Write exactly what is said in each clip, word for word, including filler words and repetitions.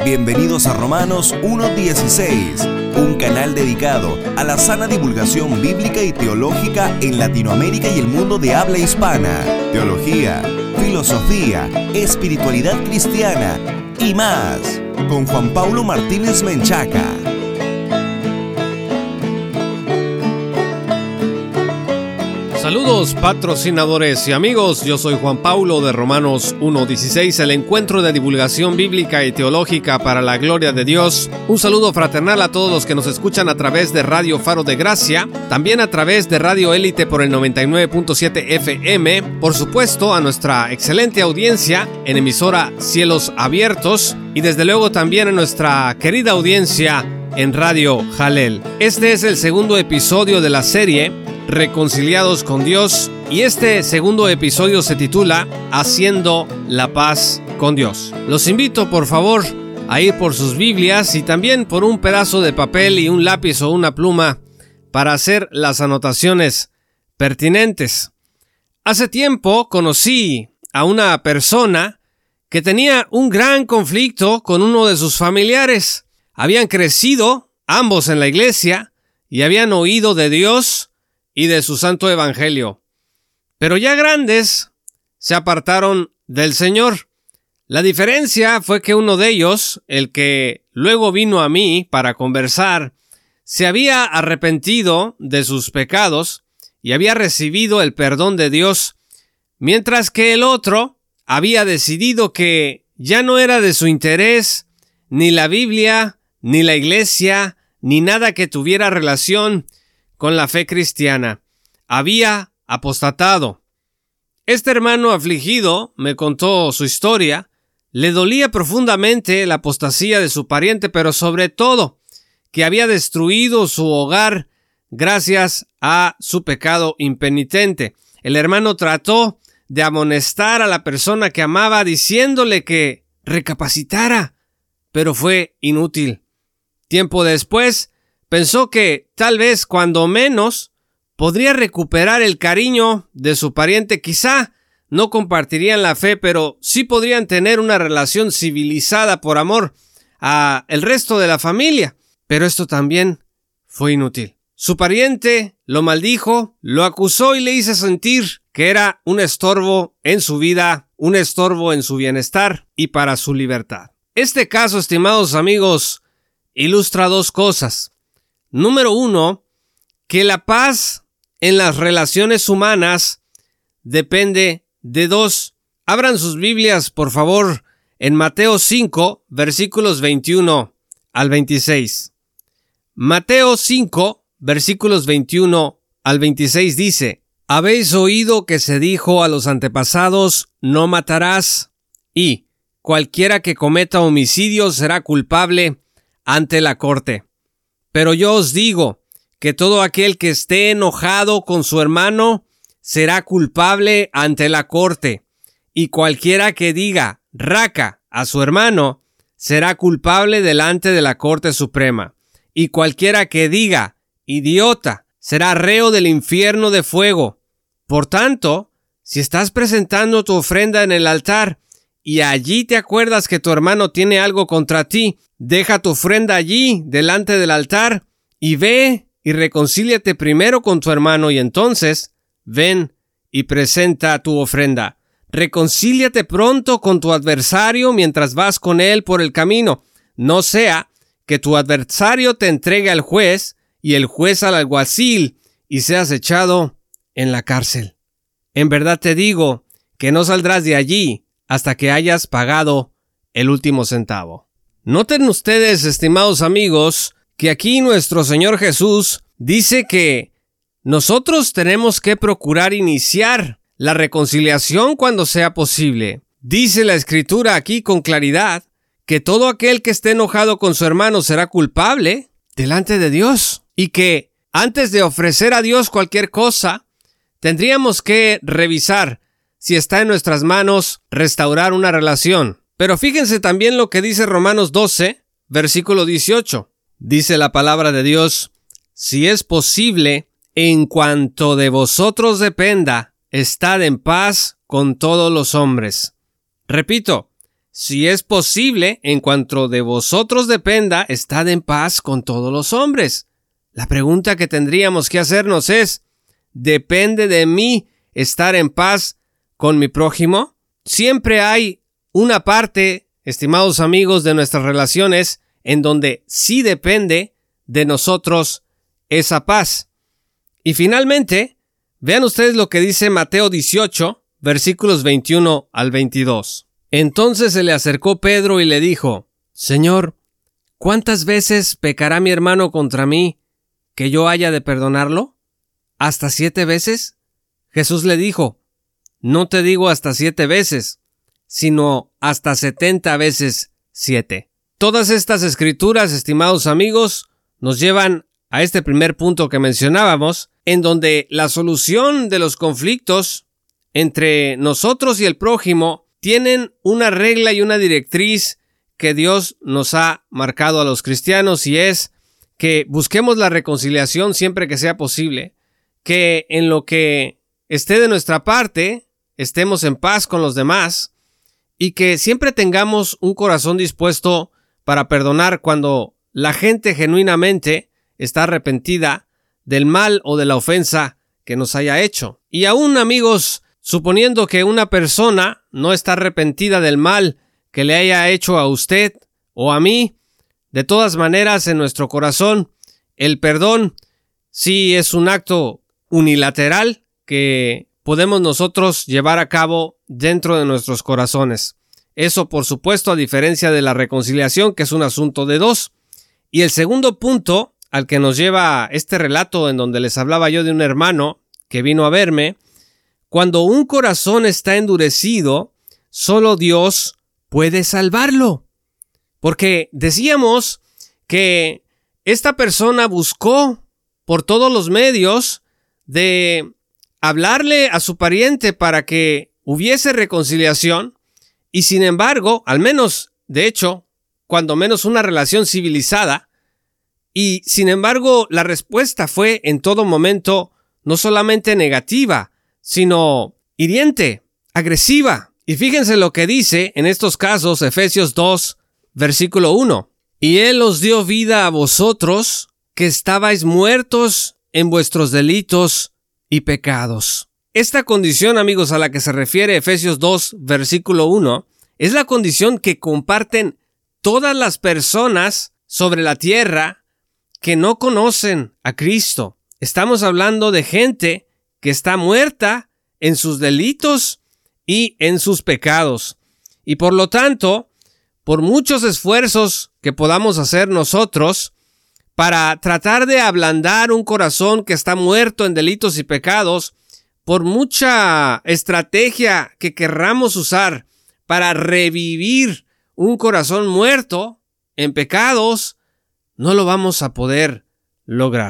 Bienvenidos a Romanos uno dieciséis, un canal dedicado a la sana divulgación bíblica y teológica en Latinoamérica y el mundo de habla hispana. Teología, filosofía, espiritualidad cristiana y más, con Juan Paulo Martínez Menchaca. Saludos patrocinadores y amigos, yo soy Juan Paulo de Romanos uno dieciséis, el encuentro de divulgación bíblica y teológica para la gloria de Dios. Un saludo fraternal a todos los que nos escuchan a través de Radio Faro de Gracia, también a través de Radio Élite por el noventa y nueve punto siete F M, por supuesto a nuestra excelente audiencia en emisora Cielos Abiertos y desde luego también a nuestra querida audiencia en Radio Jalel. Este es el segundo episodio de la serie Reconciliados con Dios, y este segundo episodio se titula Haciendo la paz con Dios. Los invito por favor a ir por sus Biblias y también por un pedazo de papel y un lápiz o una pluma para hacer las anotaciones pertinentes. Hace tiempo conocí a una persona que tenía un gran conflicto con uno de sus familiares. Habían crecido ambos en la iglesia y habían oído de Dios y de su santo evangelio, pero ya grandes se apartaron del Señor. La diferencia fue que uno de ellos, el que luego vino a mí para conversar, se había arrepentido de sus pecados y había recibido el perdón de Dios, mientras que el otro había decidido que ya no era de su interés ni la Biblia, ni la iglesia, ni nada que tuviera relación con la fe cristiana. Había apostatado. Este hermano afligido me contó su historia. Le dolía profundamente la apostasía de su pariente, pero sobre todo que había destruido su hogar gracias a su pecado impenitente. El hermano trató de amonestar a la persona que amaba diciéndole que recapacitara, pero fue inútil. Tiempo después pensó que tal vez cuando menos podría recuperar el cariño de su pariente. Quizá no compartirían la fe, pero sí podrían tener una relación civilizada por amor a el resto de la familia. Pero esto también fue inútil. Su pariente lo maldijo, lo acusó y le hizo sentir que era un estorbo en su vida, un estorbo en su bienestar y para su libertad. Este caso, estimados amigos, ilustra dos cosas. Número uno, que la paz en las relaciones humanas depende de dos. Abran sus Biblias, por favor, en Mateo cinco, versículos veintiuno al veintiséis. Mateo cinco, versículos veintiuno al veintiséis dice: Habéis oído que se dijo a los antepasados, no matarás, y cualquiera que cometa homicidio será culpable ante la corte. Pero yo os digo que todo aquel que esté enojado con su hermano será culpable ante la corte, y cualquiera que diga raca a su hermano será culpable delante de la Corte Suprema, y cualquiera que diga idiota será reo del infierno de fuego. Por tanto, si estás presentando tu ofrenda en el altar y allí te acuerdas que tu hermano tiene algo contra ti, deja tu ofrenda allí, delante del altar, y ve y reconcíliate primero con tu hermano, y entonces ven y presenta tu ofrenda. Reconcíliate pronto con tu adversario mientras vas con él por el camino. No sea que tu adversario te entregue al juez y el juez al alguacil y seas echado en la cárcel. En verdad te digo que no saldrás de allí hasta que hayas pagado el último centavo. Noten ustedes, estimados amigos, que aquí nuestro Señor Jesús dice que nosotros tenemos que procurar iniciar la reconciliación cuando sea posible. Dice la Escritura aquí con claridad que todo aquel que esté enojado con su hermano será culpable delante de Dios, y que antes de ofrecer a Dios cualquier cosa, tendríamos que revisar si está en nuestras manos restaurar una relación. Pero fíjense también lo que dice Romanos doce, versículo dieciocho. Dice la palabra de Dios: si es posible, en cuanto de vosotros dependa, estad en paz con todos los hombres. Repito, si es posible, en cuanto de vosotros dependa, estad en paz con todos los hombres. La pregunta que tendríamos que hacernos es, ¿depende de mí estar en paz con mi prójimo? Siempre hay una parte, estimados amigos, de nuestras relaciones en donde sí depende de nosotros esa paz. Y finalmente, vean ustedes lo que dice Mateo dieciocho, versículos veintiuno al veintidós. Entonces se le acercó Pedro y le dijo, Señor, ¿cuántas veces pecará mi hermano contra mí que yo haya de perdonarlo? ¿Hasta siete veces? Jesús le dijo, no te digo hasta siete veces, sino hasta setenta veces siete. Todas estas escrituras, estimados amigos, nos llevan a este primer punto que mencionábamos, en donde la solución de los conflictos entre nosotros y el prójimo tienen una regla y una directriz que Dios nos ha marcado a los cristianos, y es que busquemos la reconciliación siempre que sea posible, que en lo que esté de nuestra parte estemos en paz con los demás y que siempre tengamos un corazón dispuesto para perdonar cuando la gente genuinamente está arrepentida del mal o de la ofensa que nos haya hecho. Y aún, amigos, suponiendo que una persona no está arrepentida del mal que le haya hecho a usted o a mí, de todas maneras, en nuestro corazón, el perdón sí es un acto unilateral que podemos nosotros llevar a cabo dentro de nuestros corazones. Eso, por supuesto, a diferencia de la reconciliación, que es un asunto de dos. Y el segundo punto al que nos lleva este relato en donde les hablaba yo de un hermano que vino a verme, cuando un corazón está endurecido, solo Dios puede salvarlo. Porque decíamos que esta persona buscó por todos los medios de hablarle a su pariente para que hubiese reconciliación, y sin embargo, al menos, de hecho, cuando menos una relación civilizada, y sin embargo la respuesta fue en todo momento no solamente negativa, sino hiriente, agresiva. Y fíjense lo que dice en estos casos Efesios dos, versículo uno. Y Él os dio vida a vosotros, que estabais muertos en vuestros delitos y pecados. Esta condición, amigos, a la que se refiere Efesios dos, versículo uno, es la condición que comparten todas las personas sobre la tierra que no conocen a Cristo. Estamos hablando de gente que está muerta en sus delitos y en sus pecados. Y por lo tanto, por muchos esfuerzos que podamos hacer nosotros para tratar de ablandar un corazón que está muerto en delitos y pecados, por mucha estrategia que querramos usar para revivir un corazón muerto en pecados, no lo vamos a poder lograr.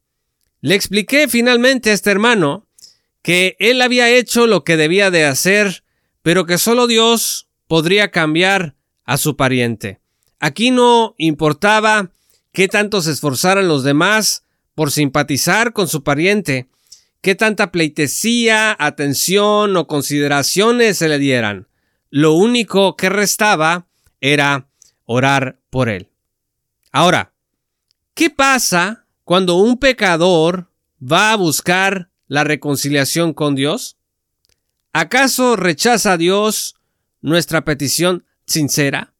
Le expliqué finalmente a este hermano que él había hecho lo que debía de hacer, pero que solo Dios podría cambiar a su pariente. Aquí no importaba qué tanto se esforzaran los demás por simpatizar con su pariente, qué tanta pleitesía, atención o consideraciones se le dieran. Lo único que restaba era orar por él. Ahora, ¿qué pasa cuando un pecador va a buscar la reconciliación con Dios? ¿Acaso rechaza a Dios nuestra petición sincera?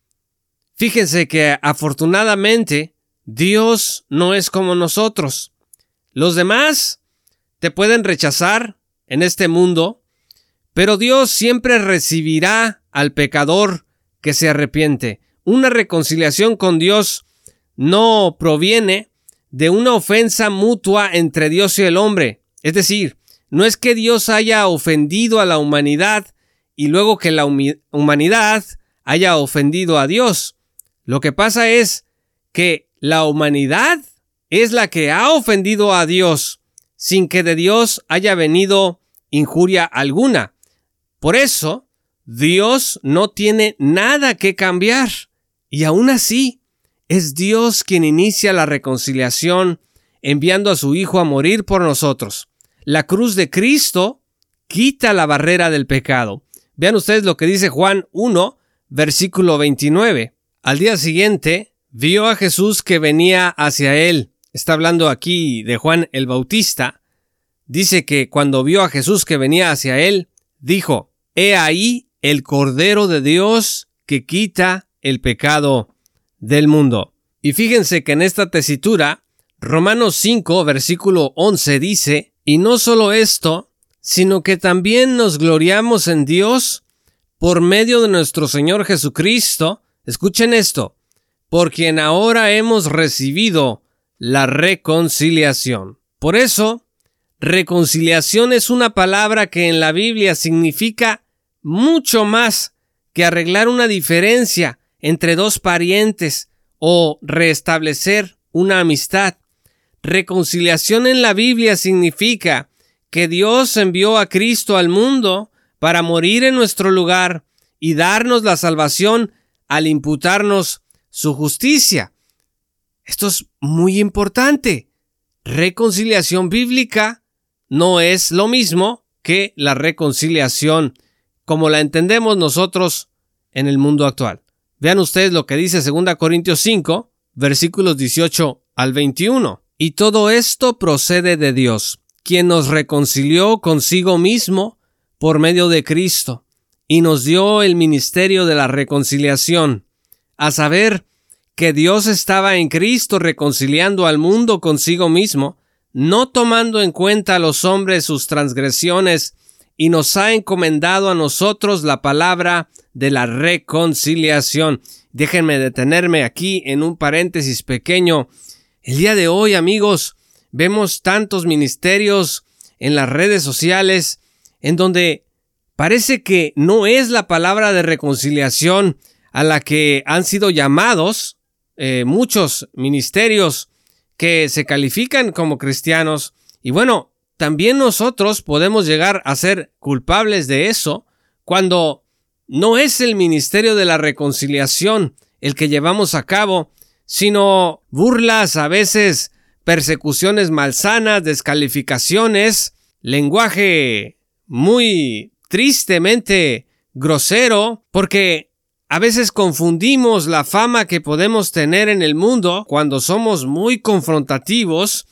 Fíjense que afortunadamente Dios no es como nosotros. Los demás te pueden rechazar en este mundo, pero Dios siempre recibirá al pecador que se arrepiente. Una reconciliación con Dios no proviene de una ofensa mutua entre Dios y el hombre. Es decir, no es que Dios haya ofendido a la humanidad y luego que la hum- humanidad haya ofendido a Dios. Lo que pasa es que la humanidad es la que ha ofendido a Dios sin que de Dios haya venido injuria alguna. Por eso, Dios no tiene nada que cambiar. Y aún así, es Dios quien inicia la reconciliación enviando a su Hijo a morir por nosotros. La cruz de Cristo quita la barrera del pecado. Vean ustedes lo que dice Juan uno, versículo veintinueve. Al día siguiente, vio a Jesús que venía hacia él. Está hablando aquí de Juan el Bautista. Dice que cuando vio a Jesús que venía hacia él, dijo: He ahí el Cordero de Dios que quita el pecado del mundo. Y fíjense que en esta tesitura, Romanos cinco, versículo once dice: Y no solo esto, sino que también nos gloriamos en Dios por medio de nuestro Señor Jesucristo. Escuchen esto: por quien ahora hemos recibido la reconciliación. Por eso, reconciliación es una palabra que en la Biblia significa mucho más que arreglar una diferencia entre dos parientes o restablecer una amistad. Reconciliación en la Biblia significa que Dios envió a Cristo al mundo para morir en nuestro lugar y darnos la salvación al imputarnos su justicia. Esto es muy importante. Reconciliación bíblica no es lo mismo que la reconciliación como la entendemos nosotros en el mundo actual. Vean ustedes lo que dice segunda Corintios cinco, versículos dieciocho al veintiuno. Y todo esto procede de Dios, quien nos reconcilió consigo mismo por medio de Cristo, y nos dio el ministerio de la reconciliación, a saber, que Dios estaba en Cristo reconciliando al mundo consigo mismo, no tomando en cuenta a los hombres sus transgresiones, y nos ha encomendado a nosotros la palabra de la reconciliación. Déjenme detenerme aquí en un paréntesis pequeño. El día de hoy, amigos, vemos tantos ministerios en las redes sociales en donde parece que no es la palabra de reconciliación a la que han sido llamados eh, muchos ministerios que se califican como cristianos. Y bueno, también nosotros podemos llegar a ser culpables de eso cuando no es el ministerio de la reconciliación el que llevamos a cabo, sino burlas, a veces persecuciones malsanas, descalificaciones, lenguaje muy tristemente grosero, porque a veces confundimos la fama que podemos tener en el mundo cuando somos muy confrontativos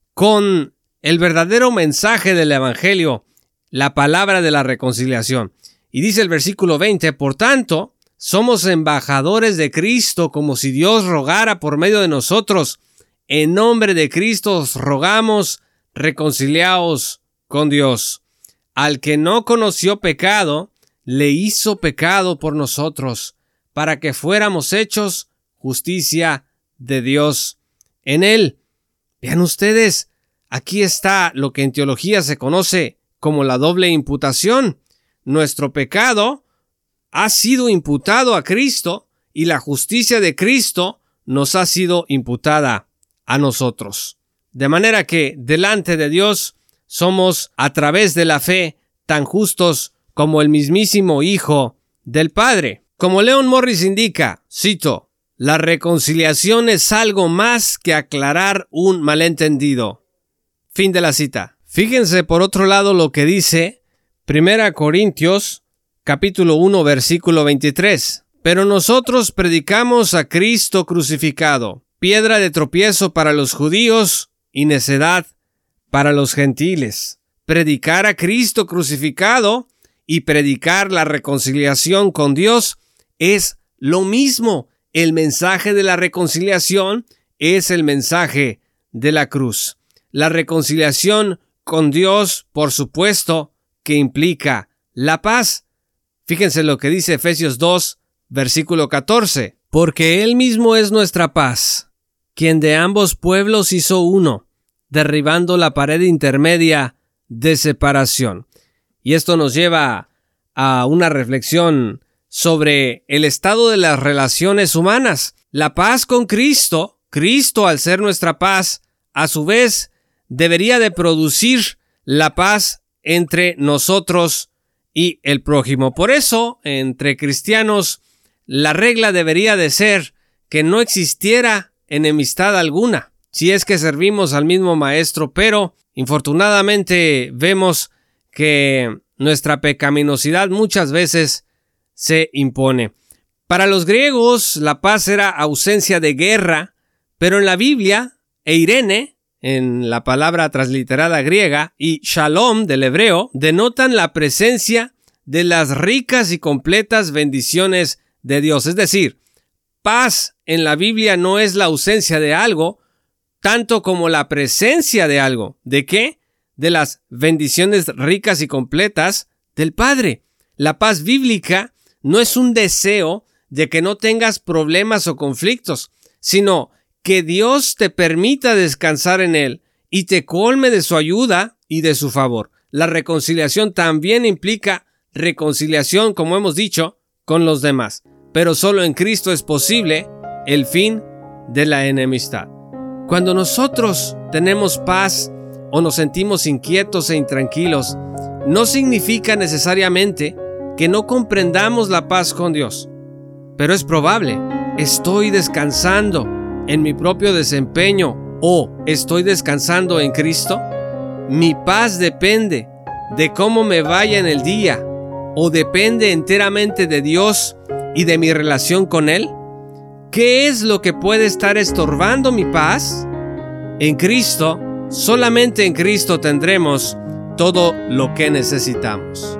con el verdadero mensaje del Evangelio, la palabra de la reconciliación. Y dice el versículo veinte: por tanto, somos embajadores de Cristo, como si Dios rogara por medio de nosotros. En nombre de Cristo os rogamos, reconciliaos con Dios. Al que no conoció pecado, le hizo pecado por nosotros, para que fuéramos hechos justicia de Dios en él. Vean ustedes, aquí está lo que en teología se conoce como la doble imputación. Nuestro pecado ha sido imputado a Cristo y la justicia de Cristo nos ha sido imputada a nosotros. De manera que delante de Dios somos, a través de la fe, tan justos como el mismísimo Hijo del Padre. Como Leon Morris indica, cito: la reconciliación es algo más que aclarar un malentendido. Fin de la cita. Fíjense por otro lado lo que dice Primera Corintios capítulo uno versículo veintitrés. Pero nosotros predicamos a Cristo crucificado, piedra de tropiezo para los judíos y necedad para los gentiles. Predicar a Cristo crucificado y predicar la reconciliación con Dios es lo mismo. El mensaje de la reconciliación es el mensaje de la cruz. La reconciliación con Dios, por supuesto, que implica la paz. Fíjense lo que dice Efesios dos, versículo catorce. Porque Él mismo es nuestra paz, quien de ambos pueblos hizo uno, derribando la pared intermedia de separación. Y esto nos lleva a una reflexión sobre el estado de las relaciones humanas. La paz con Cristo, Cristo al ser nuestra paz, a su vez debería de producir la paz entre nosotros y el prójimo. Por eso, entre cristianos, la regla debería de ser que no existiera enemistad alguna, si es que servimos al mismo Maestro, pero infortunadamente vemos que nuestra pecaminosidad muchas veces se impone. Para los griegos, la paz era ausencia de guerra, pero en la Biblia, eirene, en la palabra transliterada griega, y shalom del hebreo, denotan la presencia de las ricas y completas bendiciones de Dios. Es decir, paz en la Biblia no es la ausencia de algo, tanto como la presencia de algo. ¿De qué? De las bendiciones ricas y completas del Padre. La paz bíblica no es un deseo de que no tengas problemas o conflictos, sino que Dios te permita descansar en Él y te colme de su ayuda y de su favor. La reconciliación también implica reconciliación, como hemos dicho, con los demás. Pero solo en Cristo es posible el fin de la enemistad. Cuando nosotros tenemos paz o nos sentimos inquietos e intranquilos, no significa necesariamente que no comprendamos la paz con Dios. Pero es probable, ¿estoy descansando en mi propio desempeño o estoy descansando en Cristo? ¿Mi paz depende de cómo me vaya en el día o depende enteramente de Dios y de mi relación con Él? ¿Qué es lo que puede estar estorbando mi paz? En Cristo, solamente en Cristo tendremos todo lo que necesitamos.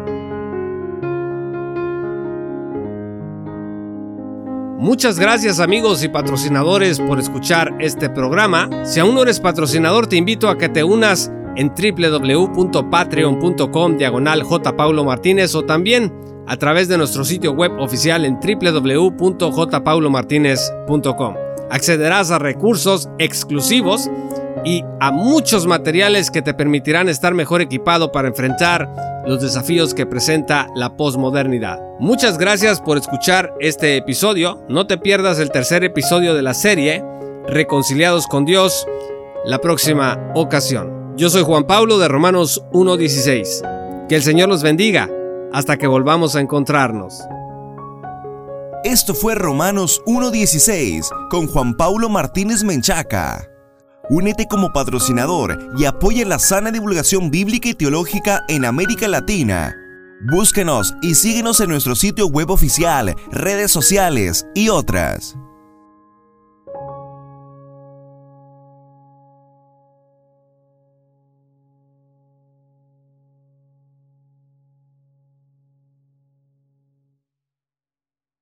Muchas gracias, amigos y patrocinadores, por escuchar este programa. Si aún no eres patrocinador, te invito a que te unas en doble u doble u doble u punto patreon punto com diagonal J. Paulo Martínez o también a través de nuestro sitio web oficial en doble u doble u doble u punto j paulo martínez punto com. Accederás a recursos exclusivos y a muchos materiales que te permitirán estar mejor equipado para enfrentar los desafíos que presenta la posmodernidad. Muchas gracias por escuchar este episodio. No te pierdas el tercer episodio de la serie Reconciliados con Dios la próxima ocasión. Yo soy Juan Pablo de Romanos uno dieciséis. Que el Señor los bendiga hasta que volvamos a encontrarnos. Esto fue Romanos uno dieciséis con Juan Pablo Martínez Menchaca. Únete como patrocinador y apoya la sana divulgación bíblica y teológica en América Latina. Búsquenos y síguenos en nuestro sitio web oficial, redes sociales y otras.